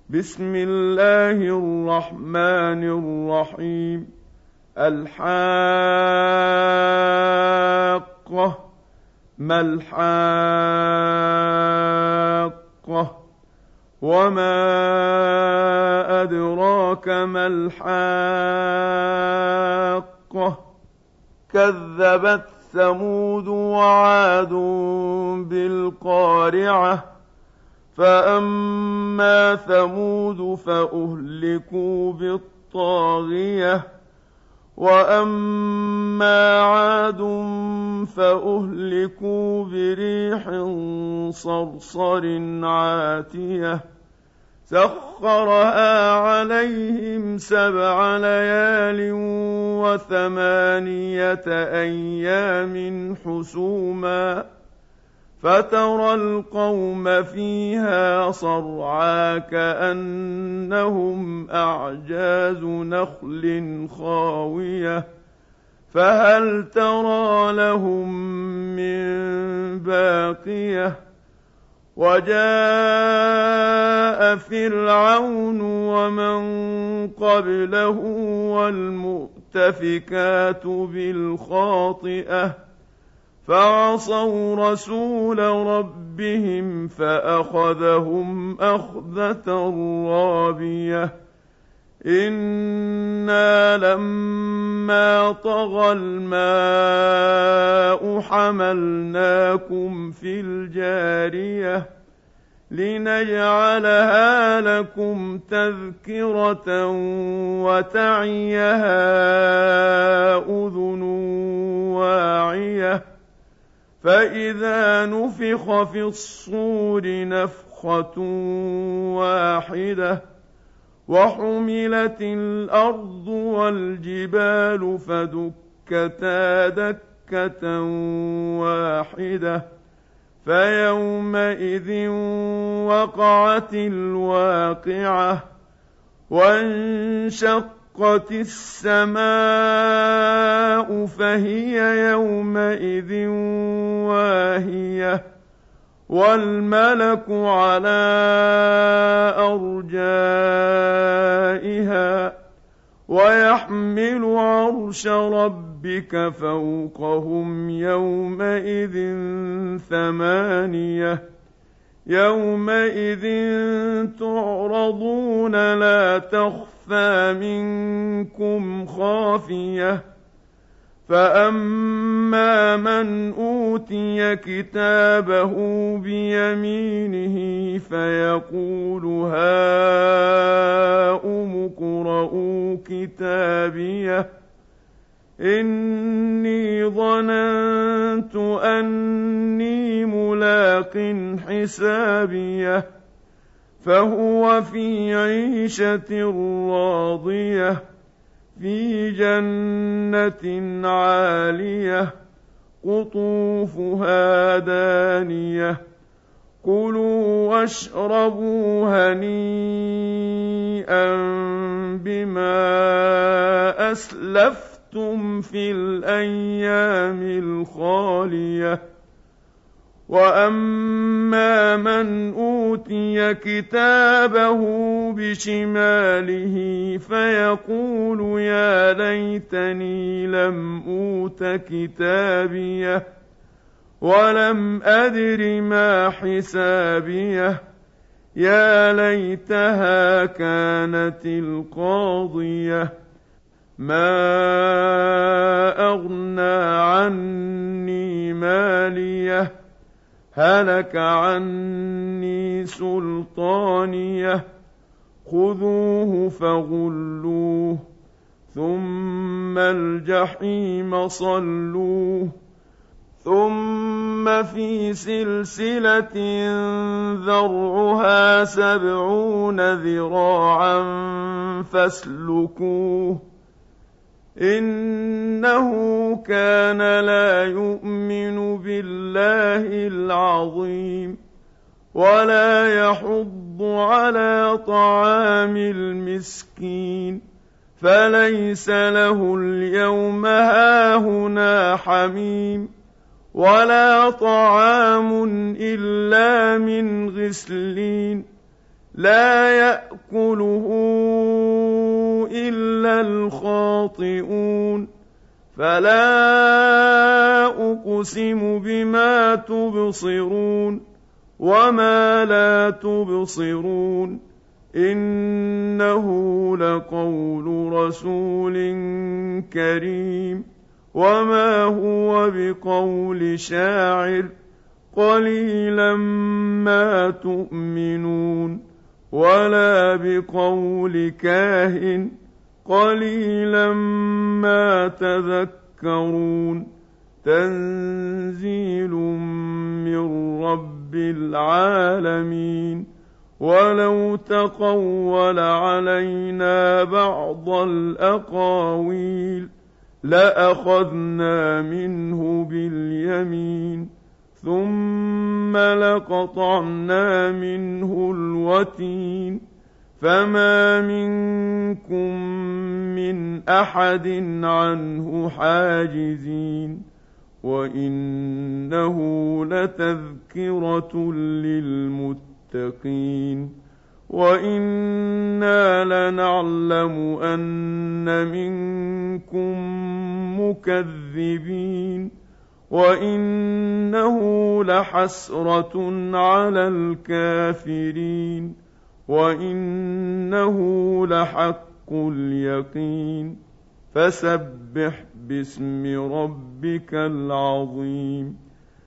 بسم الله الرحمن الرحيم. الحاقة. ما الحاقة؟ وما أدراك ما الحاقة؟ كذبت ثمود وعاد بالقارعة. فأما ثمود فأهلكوا بالطاغية، وأما عاد فأهلكوا بريح صرصر عاتية سخرها عليهم 7 ليال و8 أيام حسوما، فترى القوم فيها صرعى كأنهم أعجاز نخل خاوية، فهل ترى لهم من باقية؟ وجاء فرعون ومن قبله والمؤتفكات بالخاطئة فعصوا رسول ربهم فأخذهم أخذة رابية. إنا لما طغى الماء حملناكم في الجارية لنجعلها لكم تذكرة وتعيها أذن واعية. فإذا نفخ في الصور نفخة واحدة وحملت الأرض والجبال فدكتا دكة واحدة فيومئذ وقعت الواقعة. وانشقت السماء فهي يومئذ واهية، والملك على أرجائها، ويحمل عرش ربك فوقهم يومئذ 8. يومئذ تعرضون لا تخفى منكم خافية. فأما من أوتي كتابه بيمينه فيقول هاؤم اقرءوا كتابيه إني ظننت أني ملاق حسابيه. فهو في عيشة راضية في جنة عالية قطوفها دانية. كلوا واشربوا هنيئا بما أسلفتم في الأيام الخالية. وأما من أوتي كتابه بشماله فيقول يا ليتني لم أوت كتابيه ولم أدر ما حسابيه. يا ليتها كانت القاضية. ما أغنى عني ماليه هلك عني سلطانيه. خذوه فغلوه ثم الجحيم صلوه ثم في سلسلة ذرعها 70 ذراعا فاسلكوه. إنه كان لا يؤمن بالله العظيم ولا يحض على طعام المسكين، فليس له اليوم هاهنا حميم ولا طعام إلا من غسلين لا يأكله إلا الخاطئون فلا أقسم بما تبصرون وما لا تبصرون إنه لقول رسول كريم وما هو بقول شاعر قليلا ما تؤمنون ولا بقول كاهن قليلا ما تذكرون تنزيل من رب العالمين ولو تقول علينا بعض الأقاويل لأخذنا منه باليمين ثم لقطعنا منه الوتين فما منكم من أحد عنه حاجزين وإنه لتذكرة للمتقين وإنا لنعلم أن منكم مكذبين وإنه لحسرة على الكافرين وإنه لحق اليقين فسبح باسم ربك العظيم